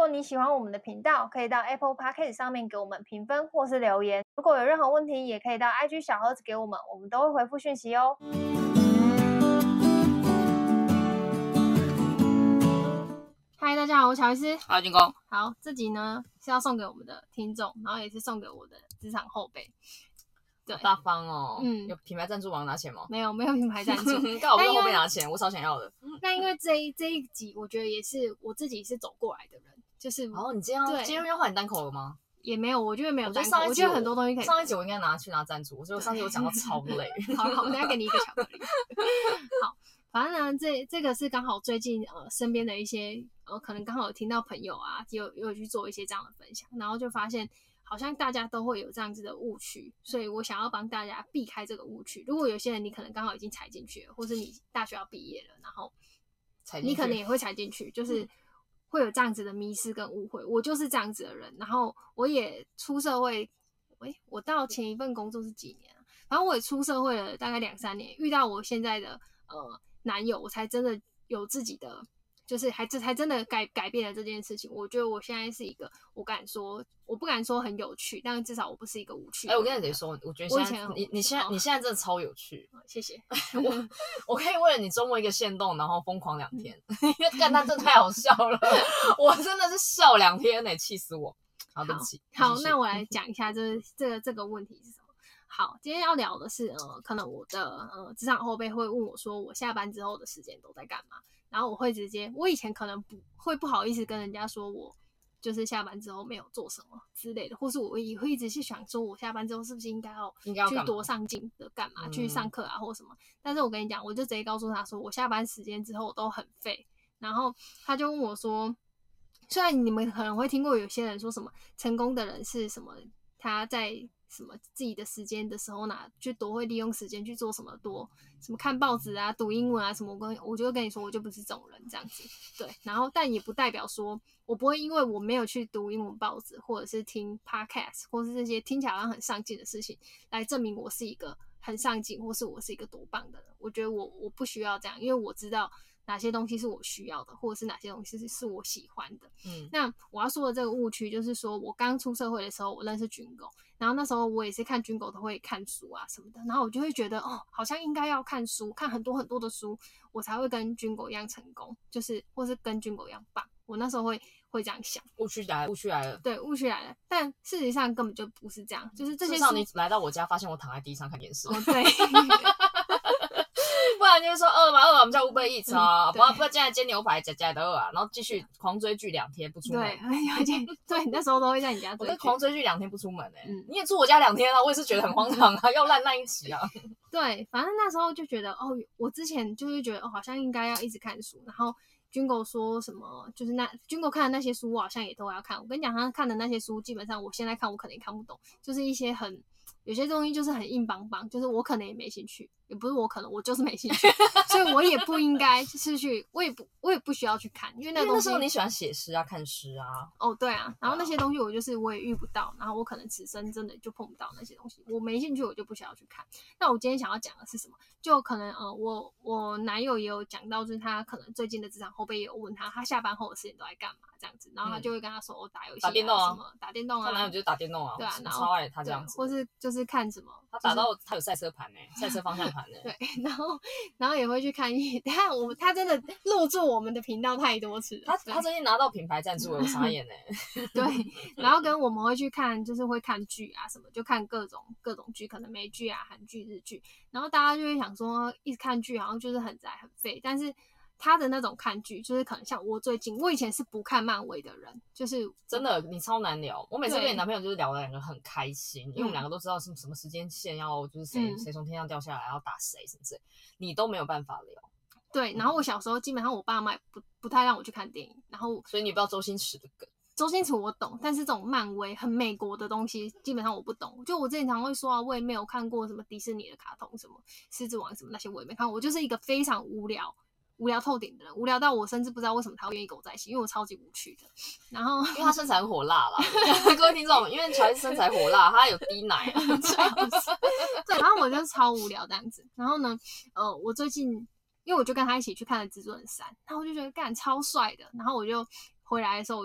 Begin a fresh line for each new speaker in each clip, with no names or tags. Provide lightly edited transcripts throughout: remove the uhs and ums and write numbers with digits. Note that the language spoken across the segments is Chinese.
果你喜欢我们的频道，可以到 Apple Podcast 上面给我们评分或是留言。如果有任何问题，也可以到 IG 小盒子给我们，我们都会回复讯息哦。嗨，大家好，我是乔医师。
好，进攻。
好，这集呢是要送给我们的听众，然后也是送给我的职场后辈。对，
大方哦。有品牌赞助王拿钱吗？
没有品牌赞助。
刚好跟后辈拿钱，我超想要的。
那因为这一集，我觉得也是我自己是走过来的人，就是
你今天要换你单口了吗？
也没有，我觉得没有单口。我觉得很多东西可以。
上一集我应该拿赞助，我觉得上一集我讲到超累。
好，我等一下给你一个巧克力。好。反正呢，这个是刚好最近身边的一些可能刚好有听到朋友啊，有去做一些这样的分享，然后就发现好像大家都会有这样子的误区，所以我想要帮大家避开这个误区。如果有些人你可能刚好已经踩进去了，或是你大学要毕业了，然后你可能也会踩进去，就是会有这样子的迷思跟误会。我就是这样子的人，然后我也出社会，我到前一份工作是几年啊？然后我也出社会了大概2-3年，遇到我现在的男友，我才真的有自己的，就是才真的改变了这件事情。我觉得我现在是一个，我不敢说很有趣，但至少我不是一个无趣。
我跟你说，我觉得你现在真的超有趣。
谢谢。
我可以为了你周末一个限动，然后疯狂2天，因为干他真的太好笑了，我真的是笑2天呢，气死我。好，对不起。
好，那我来讲一下这个问题是什么。好，今天要聊的是可能我的职场后辈会问我说，我下班之后的时间都在干嘛？然后我以前可能不好意思跟人家说我就是下班之后没有做什么之类的，或是我也会一直去想说，我下班之后是不是应该要去多上进的干嘛，去上课啊或什么？但是我跟你讲，我就直接告诉他说，我下班时间之后都很废。然后他就问我说，虽然你们可能会听过有些人说什么成功的人是什么，他在什么自己的时间的时候呢，就多会利用时间去做什么什么看报纸啊、读英文啊什么。我就跟你说，我就不是这种人这样子。对，然后但也不代表说我不会因为我没有去读英文报纸，或者是听 podcast， 或是这些听起来好像很上进的事情，来证明我是一个很上进，或是我是一个多棒的人。我觉得我不需要这样，因为我知道哪些东西是我需要的，或者是哪些东西是我喜欢的。那我要说的这个误区就是说，我刚出社会的时候，我认识军狗，然后那时候我也是看军狗都会看书啊什么的，然后我就会觉得好像应该要看书，看很多很多的书，我才会跟军狗一样成功，就是或是跟军狗一样棒。我那时候会这样想。误区来了。对，误区来了，但事实上根本就不是这样，就是这些书。
你来到我家，发现我躺在地上看电视。
对。
不然就是说饿嘛，我们叫 Uber Eats 啊，不然现在煎牛排，假的饿啊，然后继续狂追剧2天不出门。
对，你那时候都会在你家追剧。
我狂追剧2天不出门你也住我家2天啊，我也是觉得很荒唐啊，要烂一起啊。
对，反正那时候就觉得我之前就是觉得好像应该要一直看书，然后军狗说什么，就是军狗看的那些书，我好像也都要看。我跟你讲，他看的那些书，基本上我现在看我可能也看不懂，就是一些有些东西就是很硬邦邦，就是我可能也没兴趣，也不是我就是没兴趣，所以我也不应该就是我也不需要去看，因为那
时候你喜欢写诗啊、看诗啊。
对啊，然后那些东西我也遇不到，然后我可能此生真的就碰不到那些东西，我没兴趣，我就不需要去看。那我今天想要讲的是什么？就可能我男友也有讲到，就是他可能最近的职场后辈也有问他下班后的时间都在干嘛这样子，然后他就会跟他说我打游戏、打电动啊，什么打电动啊，
他男友就是打电动啊，
对啊，然后
超爱他这样子，
或是就是看什么，
他打到他有赛车盘赛车方向盘
对，然后也会去看他真的入驻我们的频道太多次了，
他最近拿到品牌赞助了，我傻眼
对，然后跟我们会去看，就是会看剧啊什么，就看各种剧，可能美剧啊、韩剧、日剧，然后大家就会想说，一直看剧好像就是很宅很废，但是他的那种看剧，就是可能像我以前是不看漫威的人，就是
真的你超难聊。我每次跟你男朋友就是聊的2个很开心，因为我们2个都知道是什么时间线要就是谁从天上掉下来要打谁什么之类，你都没有办法聊。
对，然后我小时候基本上我爸妈也不太让我去看电影，然后
所以你不知道周星驰的梗。
周星驰我懂，但是这种漫威很美国的东西基本上我不懂。就我之前常会说我也没有看过什么迪士尼的卡通，什么狮子王什么那些我也没看过，我就是一个非常无聊透顶的人，无聊到我甚至不知道为什么他会愿意跟我在一起，因为我超级无趣的。然后
因为他身材很火辣啦各位听众，因为乔伊身材火辣，他有低奶
对，然后我就超无聊这样子。然后呢我最近因为我就跟他一起去看了《蜘蛛人3》，然后我就觉得干超帅的，然后我就回来的时候我就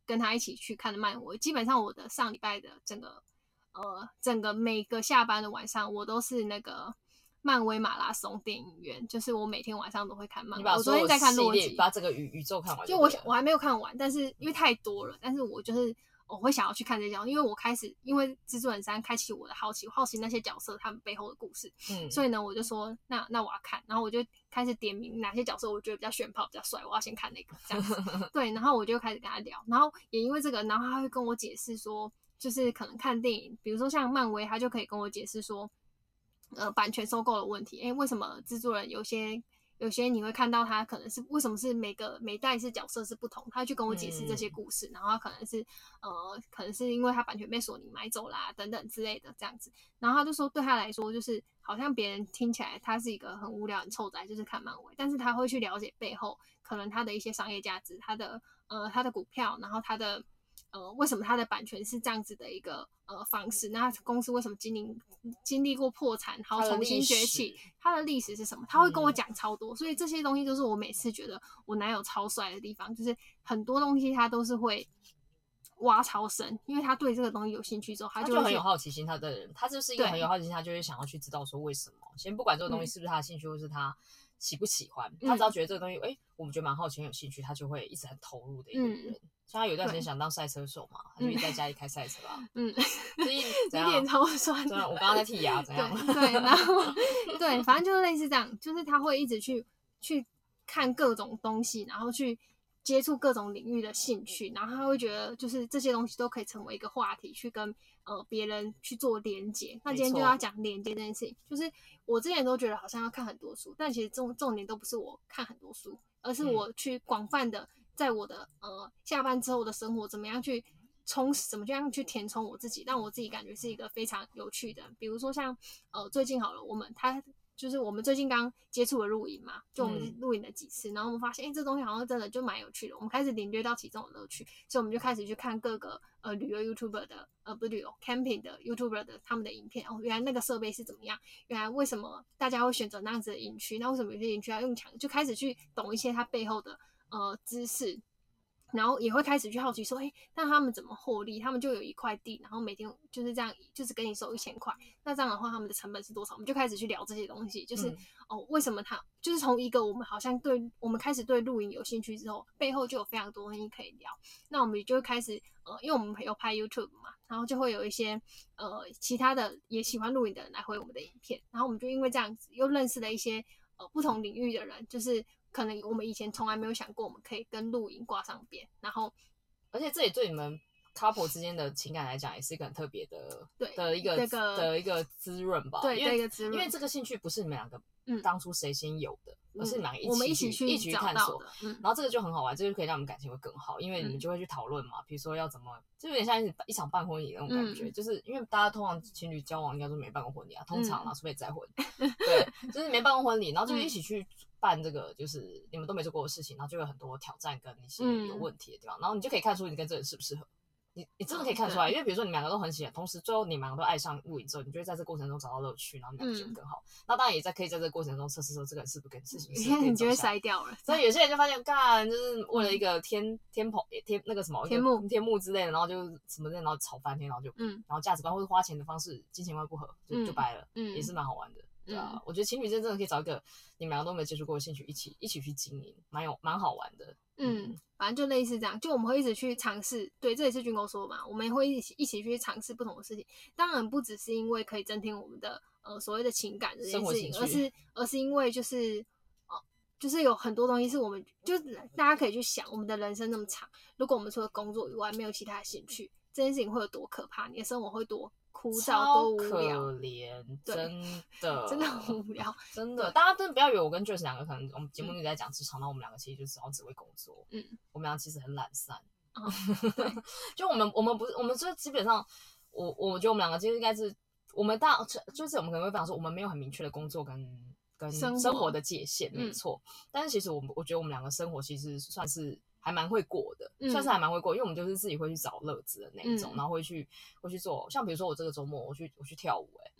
跟他一起去看的漫威。基本上我的上礼拜的整个每个下班的晚上，我都是那个漫威马拉松电影院，就是我每天晚上都会看漫威。我昨天在看洛基，
把这个宇宙看完
就我还没有看完，但是因为太多了，但是我会想要去看这些角色，因为因为蜘蛛人3开启我的好奇那些角色他们背后的故事，所以呢我就说那我要看，然后我就开始点名哪些角色我觉得比较炫炮比较帅，我要先看那个这样子对，然后我就开始跟他聊，然后也因为这个，然后他会跟我解释说，就是可能看电影，比如说像漫威，他就可以跟我解释说版权收购的问题，为什么蜘蛛人有些你会看到他可能是为什么是每代是角色是不同，他去跟我解释这些故事，然后他可能是因为他版权被索尼买走啦等等之类的这样子，然后他就说对他来说就是好像别人听起来他是一个很无聊很臭宅，就是看漫威，但是他会去了解背后可能他的一些商业价值，他的股票，然后他的为什么他的版权是这样子的一个方式，那公司为什么经历过破产然后重新崛起，他的历史是什么，他会跟我讲超多，所以这些东西都是我每次觉得我男友超帅的地方，就是很多东西他都是会挖超深，因为他对这个东西有兴趣之后，他
就很有好奇心，他的人他就是一个很有好奇心，他就会想要去知道说为什么，先不管这个东西是不是他的兴趣，或是他喜不喜欢，他只要觉得这个东西我们觉得蛮好奇很有兴趣，他就会一直很投入的一个人。像他有一段时间想当赛车手嘛，他就一直在家里开赛车啊。
你脸超酸的。
我刚刚在剔牙，怎样？
对，然后对，反正就是类似这样，就是他会一直去看各种东西，然后去接触各种领域的兴趣，然后他会觉得就是这些东西都可以成为一个话题，去跟别人去做连接。那今天就要讲连接这件事情，就是我之前都觉得好像要看很多书，但其实重点都不是我看很多书，而是我去广泛的在我的下班之后的生活怎么样去充实，怎么样去填充我自己，让我自己感觉是一个非常有趣的。比如说像最近好了，我们最近刚接触了露营嘛，就我们露营了几次，然后我们发现这东西好像真的就蛮有趣的，我们开始领略到其中的乐趣，所以我们就开始去看各个旅游 YouTuber 的不是旅游 camping 的 YouTuber 的他们的影片，原来那个设备是怎么样，原来为什么大家会选择那样子的营区，那为什么有些营区要用墙，就开始去懂一些它背后的知识。然后也会开始去好奇说，那他们怎么获利？他们就有一块地，然后每天就是这样，就是给你收1000块。那这样的话，他们的成本是多少？我们就开始去聊这些东西，就是为什么他就是从一个我们好像我们开始对露营有兴趣之后，背后就有非常多东西可以聊。那我们就会开始因为我们有拍 YouTube 嘛，然后就会有一些其他的也喜欢露营的人来回我们的影片，然后我们就因为这样子又认识了一些不同领域的人，就是可能我们以前从来没有想过我们可以跟露营挂上边，然后
而且这也对你们 couple 之间的情感来讲也是一个很特别的一个滋润吧，
对，一个滋润，
因为这个兴趣不是你们两个当初谁先有的，而是你们两个
我们一起
去探索，然后这个就很好玩，这就可以让我们感情会更好，因为你们就会去讨论嘛，比如说要怎么，就有点像一场办婚礼那种感觉，就是因为大家通常情侣交往应该都没办过婚礼啊，通常除非再婚，对，就是没办过婚礼，然后就一起去办这个就是你们都没做过的事情，然后就有很多挑战跟一些有问题的地方，然后你就可以看出你跟这个人适不适合。你真的可以看出来，因为比如说你们两个都很喜欢，同时最后你们两个都爱上露营之后，你就会在这个过程中找到乐趣，然后你们两个就更好。那当然也可以在这个过程中测试说这个人是不是跟事情是
你就会筛掉了。
所以有些人就发现，干就是为了一个天那个什么天幕之类的，然后就什么的，然后吵翻天，然后就然后价值观或者花钱的方式金钱观不合，就掰了，也是蛮好玩的。对啊，我觉得情侣真的可以找一个你们两个都没有接触过的兴趣，一起去经营，蛮好玩的。
反正就类似这样，就我们会一直去尝试。对，这也是军哥说嘛，我们会一起去尝试不同的事情。当然不只是因为可以增添我们的所谓的情感这件事情，而是因为就是有很多东西是我们就是大家可以去想，我们的人生那么长，如果我们除了工作以外没有其他的兴趣，这件事情会有多可怕？你的生活会多枯燥多无聊，
可怜，真
的很无聊，
真的。大家真的不要以为我跟 Joyce 两个可能我们节目一直在讲职场，那我们两个其实就只会工作，我们俩其实很懒散，
对，
就我们不是，我们就基本上，我觉得我们两个其实应该是我们就是我们可能会讲说，我们没有很明确的工作跟生活的界限，没错。但是其实我觉得我们两个生活其实算是还蛮会过的，算是还蛮会过，因为我们就是自己会去找乐子的那一种，然后会去做，像比如说我这个周末我去跳舞，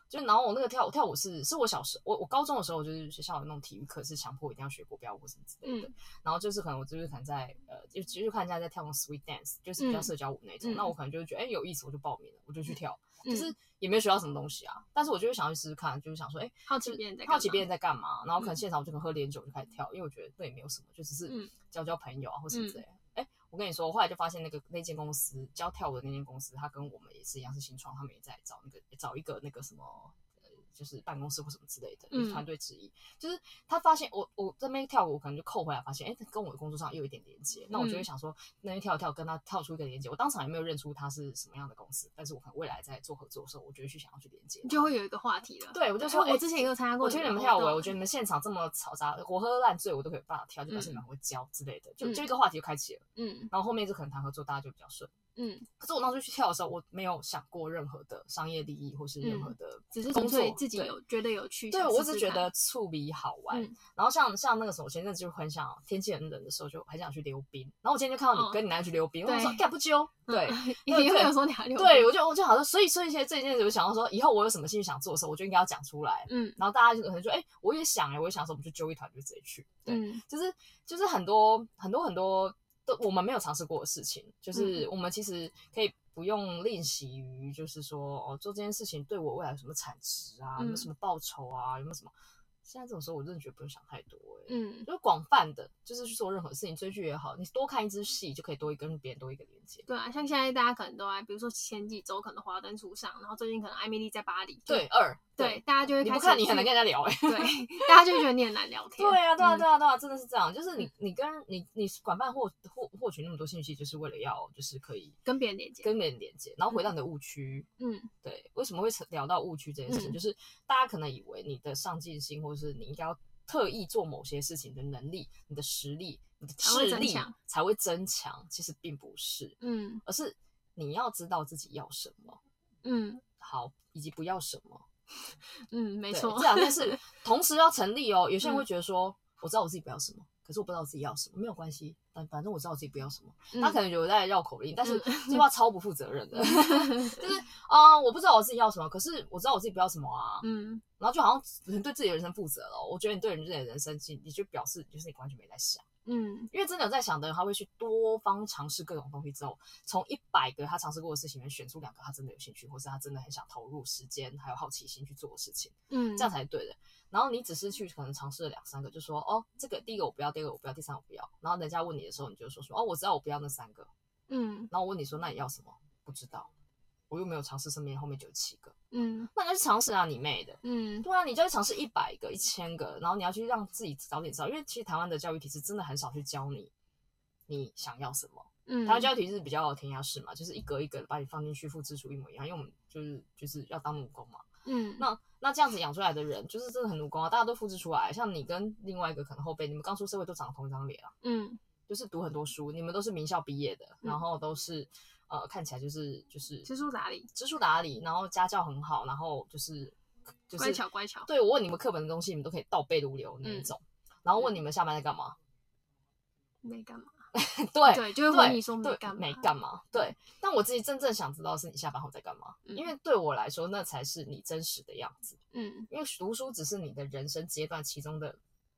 就然后我那个跳舞是我小时候我高中的时候，就是学校有那种体育课是强迫一定要学国标舞或什么之类的，然后就是可能我就是可能在就看人家在跳那种 sweet dance， 就是比较社交舞那种，那我可能就会觉得有意思，我就报名了，我就去跳，就是也没有学到什么东西啊，但是我就会想要去试试看，就是想说
好奇别人在干嘛，
然后可能现场我就可能喝点酒就开始跳，因为我觉得那也没有什么，就只是交朋友啊或什么之类的。我跟你说，我后来就发现那间公司教跳舞的那间公司，他跟我们也是一样是新创，他们也在找一个那个什么就是办公室或什么之类的，就是团队之一。就是他发现我在那边跳舞，我可能就扣回来发现，跟我的工作上又有一点连接。那我就会想说，那边跳一跳，跟他跳出一个连接。我当场也没有认出他是什么样的公司，但是我可能未来在做合作的时候，我就会去想要去连接，
就会有一个话题了。
对，我就说，
我之前也有参加过，
我觉得你们跳舞，我觉得你们现场这么嘈杂，我喝烂醉我都可以办法跳，就表示你们很会教之类的，就一个话题就开启了。然后后面就可能谈合作，大家就比较顺。可是我当时去跳的时候，我没有想过任何的商业利益或是任何的
只是纯粹自己觉得有趣。
对，我只觉得触鼻好玩。然后像那个时候，我前阵子就很想，天气很冷的时候就很想去溜冰。然后我今天就看到你跟你男友去溜冰，我说干不揪？对，
你会有说你还溜冰？
对，我就好像，所以这件事，我想到说，以后我有什么兴趣想做的时候，我就应该要讲出来。然后大家就可能就我也想我也想说，我们就揪一团就直接去。对，就是很多都我们没有尝试过的事情，就是我们其实可以不用练习于，就是说做这件事情对我未来有什么产值啊，有没有什么报酬啊，有没有什么。现在这种时候，我真的觉得不用想太多，就是广泛的，就是去做任何事情，追剧也好，你多看一支戏就可以跟别人多一个连接。
对啊，像现在大家可能都比如说前几周可能华灯初上，然后最近可能艾米丽在巴黎，
对
对，大家就会开始。
你不看你很难跟人家聊
对，大家就会觉得你很难聊天。
对啊，真的是这样，就是你跟你广泛获取那么多信息，就是为了要就是可以
跟别人连
接，然后回到你的误区。对，为什么会聊到误区这件事情？就是大家可能以为你的上进心，或者是你应该要特意做某些事情的能力、你的实力、你的智力才会增强，其实并不是，而是你要知道自己要什么，好，以及不要什么，
没错，
这两件事同时要成立哦。有些人会觉得说，我知道我自己不要什么，可是我不知道自己要什么，没有关系，反正我知道我自己不要什么。他可能有在绕口令，但是这句话超不负责任的，就是我不知道我自己要什么，可是我知道我自己不要什么啊，然后就好像对自己的人生负责了。我觉得你对你自己的人生，你就表示就是你完全没在想。因为真的有在想的人，他会去多方尝试各种东西之后，从100个他尝试过的事情里面选出2个他真的有兴趣，或是他真的很想投入时间还有好奇心去做的事情，这样才是对的。然后你只是去可能尝试了2-3个，就说这个第一个我不要，第二个我不要，第3个我不要。然后人家问你的时候，你就说我知道我不要那3个。然后我问你说那你要什么？不知道，我又没有尝试身边后面97个。那你要去尝试啊，你妹的。对啊，你就要去尝试100个、1000个，然后你要去让自己早点知道，因为其实台湾的教育体制真的很少去教你想要什么。台湾教育体制比较填鸭式嘛，就是一格一格的把你放进去，复制出一模一样，因为我们就是要当奴工嘛。那这样子养出来的人，就是真的很奴工啊，大家都复制出来。像你跟另外一个可能后辈，你们刚出社会都长得同一张脸啊。就是读很多书，你们都是名校毕业的，然后都是看起来就是知书达理，然后家教很好，然后就是
乖巧。
对，我问你们课本的东西，你们都可以倒背如流那一种。然后问你们下班在干嘛？
没干嘛。
对，
就会回你说
没干嘛。对，但我自己真正想知道的是你下班后在干嘛，因为对我来说那才是你真实的样子。因为读书只是你的人生阶段其中的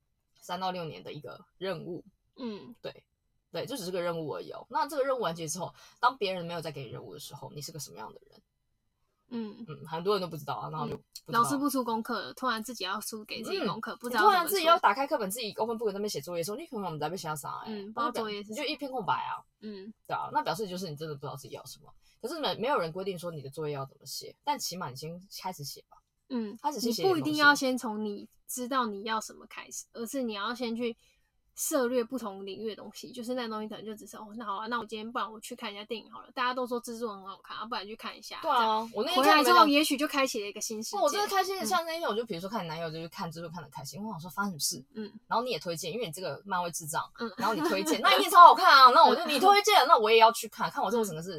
3到6年的一个任务。对，就只是个任务而已。那这个任务完结之后，当别人没有再给你任务的时候，你是个什么样的人？很多人都不知道啊，然后就
老师不出功课了，突然自己要出给自己功课，不知道
突然自己要打开课本，自己open book在那边写作业的时候，你可能我们在被写啥？
不知道作业是
你就一片空白啊。对啊，那表示就是你真的不知道自己要什么。可是没有人规定说你的作业要怎么写，但起码你先开始写吧。开始先写。
你不一定要先从你知道你要什么开始，而是你要先去涉猎不同领域的东西，就是那东西可能就只是那好啊，那我今天不然我去看一下电影好了，大家都说蜘蛛很好看，不然去看一下。
对啊，我那天
回来之后也许就开启了一个新世界。
我真的开心，像那天我就比如说看你男友就是看蜘蛛看得开心，我想说发生什么事，然后你也推荐，因为你这个漫威智障，然后你推荐，那一定超好看啊，那我就你推荐，那我也要去看我这个整个是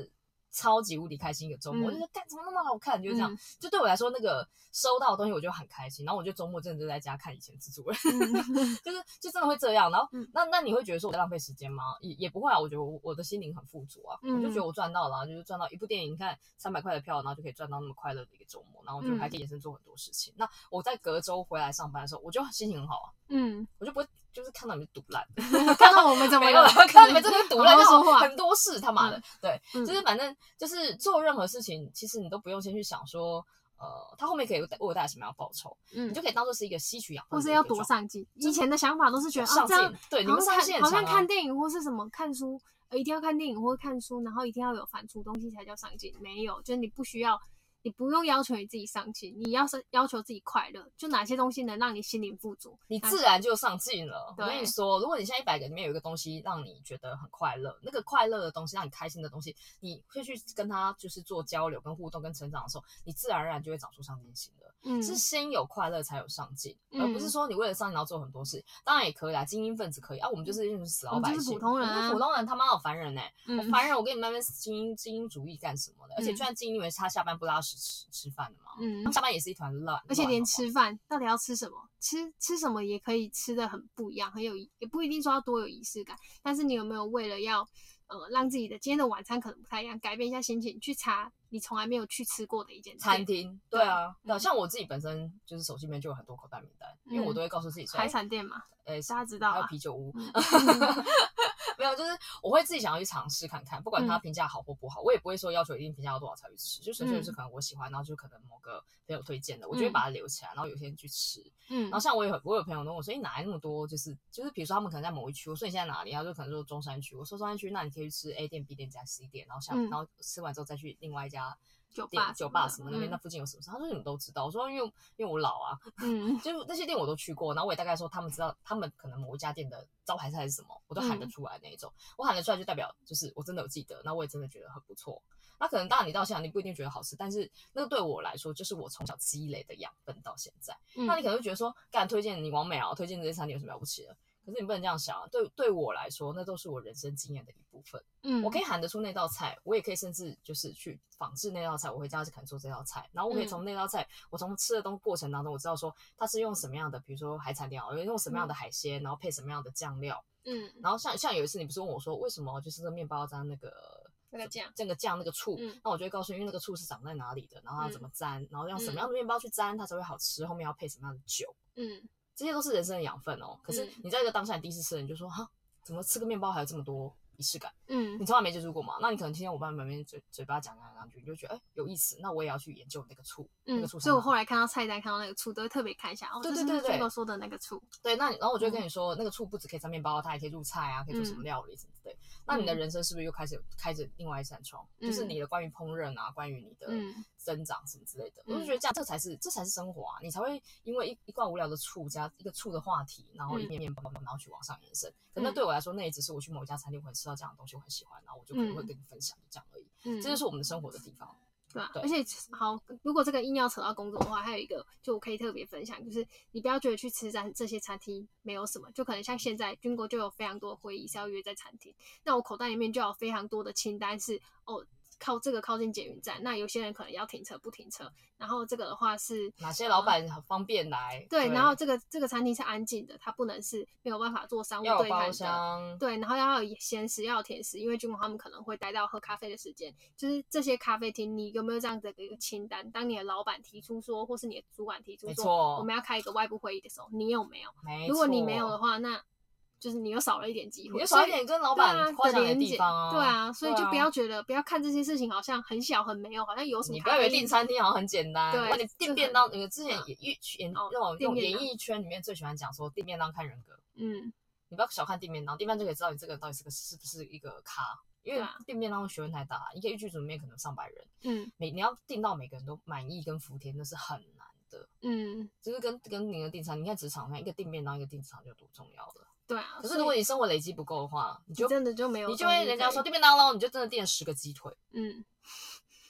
超级无敌开心一个周末，我就觉得干怎么那么好看，就这样，就对我来说那个收到的东西我就很开心，然后我就周末真的就在家看以前蜘蛛人，就真的会这样，然后那你会觉得说我在浪费时间吗？也不会啊，我觉得我的心灵很富足啊，我就觉得我赚到了，就是赚到一部电影，你看300块的票，然后就可以赚到那么快乐的一个周末，然后我就还可以延伸做很多事情。那我在隔周回来上班的时候，我就心情很好啊，我就不会就是看到你们赌烂，
看到我们怎么了？
看到你们真的赌烂，
好好说话，
很多事他妈的，对，就是反正就是做任何事情，其实你都不用先去想说。他后面可以为我带来什么样的报酬？你就可以当做是一个吸取养分，
或是要多上进。以前的想法都是觉得
上进，对，你们上进
好像看电影或是什么看书，一定要看电影或看书，然后一定要有反刍东西才叫上进。没有，就是你不需要，你不用要求你自己上进，你要是要求自己快乐，就哪些东西能让你心灵富足，
你自然就上进了。我跟你说，如果你现在100个里面有一个东西让你觉得很快乐，那个快乐的东西让你开心的东西，你会去跟他就是做交流、跟互动、跟成长的时候，你自然而然就会长出上进心的。是先有快乐才有上进，而不是说你为了上进然后做很多事。当然也可以啦，精英分子可以啊，我们就是死老百姓，
就是普通人啊，
我们普通人他妈好烦人我烦人，我跟你慢慢精英主义干什么的？而且就算精英，因为他下班不拉屎吃饭的嘛，下班也是一团乱，
而且连吃饭到底要吃什么，吃什么也可以吃的很不一样，也不一定说要多有仪式感，但是你有没有为了要让自己的今天的晚餐可能不太一样，改变一下心情，去查你从来没有去吃过的一间
餐厅？对啊，像我自己本身就是手机里面就有很多口袋名单，因为我都会告诉自己说，
海产店嘛，大家知道，
还有啤酒屋。没有，就是我会自己想要去尝试看看，不管它评价好或不好，我也不会说要求一定评价要多少才去吃，就纯粹就是可能我喜欢，然后就可能某个朋友推荐的，我就会把它留起来，然后有些人去吃。然后像我有朋友跟我说，哪来那么多？就是比如说他们可能在某一区，我说你现在哪里？然后就可能说中山区，我说中山区，那你可以去吃 A 店、B 店加 C 店，然后吃完之后再去另外一家。酒吧什么那边那附近有什么事？他说你们都知道。我说因为我老啊，就那些店我都去过，然后我也大概说他们知道，他们可能某一家店的招牌菜是什么，我都喊得出来那一种。我喊得出来就代表就是我真的有记得，那我也真的觉得很不错。那可能当然你到现在你不一定觉得好吃，但是那个对我来说就是我从小积累的养分到现在。那你可能会觉得说，干推荐你王美啊，推荐这些餐厅有什么了不起的？可是你不能这样想啊，对我来说，那都是我人生经验的一部分。我可以喊得出那道菜，我也可以甚至就是去仿制那道菜，我回家就可能做这道菜，然后我可以从那道菜，我从吃的过程当中，我知道说它是用什么样的，比如说海产店，用什么样的海鲜，然后配什么样的酱料。然后像有一次你不是问我说，为什么就是这个面包要沾那个酱那个醋，那我就会告诉你，因为那个醋是长在哪里的，然后它怎么沾，然后用什么样的面包去沾，它才会好吃，后面要配什么样的酒。这些都是人生的养分哦。可是你在一个当下你第一次吃，你就说哈，怎么吃个面包还有这么多仪式感？你从来没接触过嘛？那你可能听见我爸爸旁边嘴巴讲两句，你就觉得有意思，那我也要去研究那个醋。
所以我后来看到菜单看到那个醋都会特别看一下。对，我说的那个醋。
对，然后我就会跟你说，那个醋不只可以沾面包，它也可以入菜啊，可以做什么料理什么之类。那你的人生是不是又开着另外一扇窗？就是你的关于烹饪啊，关于你的增长什么之类的。我就觉得这样，这才是生活啊，你才会因为一罐无聊的醋加一个醋的话题，然后一面面包，然后去往上延伸。可那对我来说，那也只是我去某一家餐厅我会吃到这样的东西，我很喜欢，然后我就可能会跟你分享这样而已。这就是我们的生活的地方。
对啊，而且好，如果这个硬要扯到工作的话，还有一个就我可以特别分享，就是你不要觉得去吃这些餐厅没有什么，就可能像现在军国就有非常多的会议是要约在餐厅，那我口袋里面就有非常多的清单是靠近捷运站，那有些人可能要停车不停车，然后这个的话是
哪些老板很方便来，
对，然后这个餐厅是安静的，它不能是没有办法做商务对谈的，对，然后要有咸食要有甜食，因为军国他们可能会待到喝咖啡的时间，就是这些咖啡厅你有没有这样的一个清单？当你的老板提出说，或是你的主管提出说我们要开一个外部会议的时候，你有没有？如果你没有的话，那就是你又少了一点机会，
你就少一点跟老板话讲的地方啊。
对啊，所以就不要觉得，不要看这些事情好像很小很没有，好像有什么。
你不要以为订餐厅好像很简单。
对，
你订便当，之前那种演艺圈里面最喜欢讲说订便当看人格。你不要小看订便当，订便当就可以知道你这个人到底是不是一个咖。因为订便当学问太大，一个剧组里面可能上百人，你要订到每个人都满意跟服帖，那是很难的。就是跟你的订餐，你看职场上一个订便当，一个订职场就多重要了。
对啊，
可是如果你生活累积不够的话，你就
真的就没有，
你就会人家说订便当咯，你就真的订了10个鸡腿。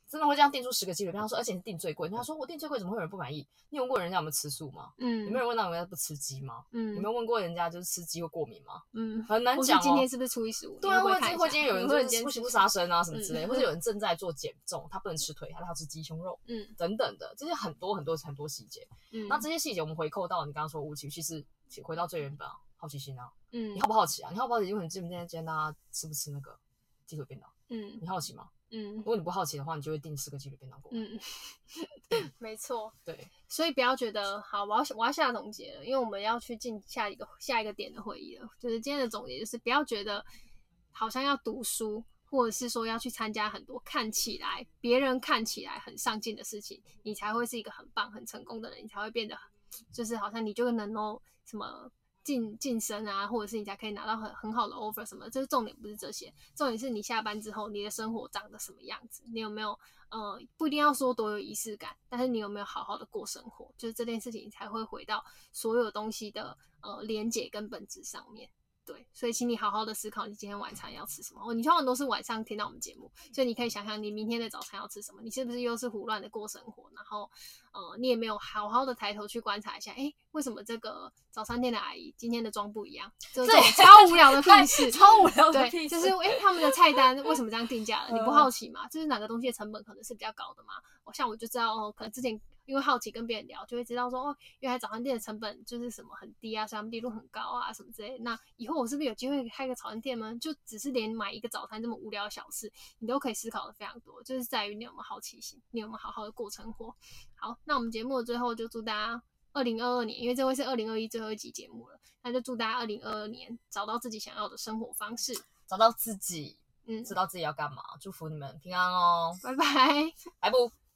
真的会这样定出10个鸡腿便当，说而且是定最贵。他说我定最贵，怎么会有人不满意？你有问过人家有没有吃素吗？有没有人问到人家不吃鸡吗？有没有问过人家就是吃鸡会过敏吗？很难讲哦。
今天是不是初一15？
对啊，或
者
今天有人就是不行不杀生啊什么之类，或者有人正在做减重，他不能吃腿，他要吃鸡胸肉，等等的，这些很多细节。那这些细节我们回扣到你刚刚说误区，其实回到最原本啊，好奇心啊。你好不好奇啊？你好不好奇？因为你今天大家吃不吃那个鸡腿便当？你好奇吗？如果你不好奇的话，你就会订4个鸡腿便当过来。
没错，
对，
所以不要觉得好，我要下总结了，因为我们要去进下一个点的会议了。就是今天的总结就是不要觉得好像要读书，或者是说要去参加很多别人看起来很上进的事情，你才会是一个很棒很成功的人，你才会变得就是好像你就能够什么晋升啊，或者是你才可以拿到很好的 offer 什么，就是重点不是这些，重点是你下班之后你的生活长得什么样子，你有没有不一定要说多有仪式感，但是你有没有好好的过生活，就是这件事情才会回到所有东西的连结跟本质上面。对，所以请你好好的思考你今天晚餐要吃什么。你通常都是晚上听到我们节目，所以你可以想想你明天的早餐要吃什么，你是不是又是胡乱的过生活，然后你也没有好好的抬头去观察一下，为什么这个早餐店的阿姨今天的妆不一样？这种超无聊的屁事，
超无聊的屁事。
对，就是他们的菜单为什么这样定价的？你不好奇吗？就是哪个东西的成本可能是比较高的嘛？像我就知道可能之前因为好奇跟别人聊，就会知道说原来早餐店的成本就是什么很低啊，所以他们利润很高啊什么之类的。那以后我是不是有机会开个早餐店吗？就只是连买一个早餐这么无聊的小事，你都可以思考的非常多，就是在于你有没有好奇心，你有没有好好的过生活。好，那我们节目的最后就祝大家2022年，因为这会是2021最后一集节目了，那就祝大家2022年找到自己想要的生活方式，
找到自己，知道自己要干嘛。祝福你们平安哦，
拜拜，
拜拜。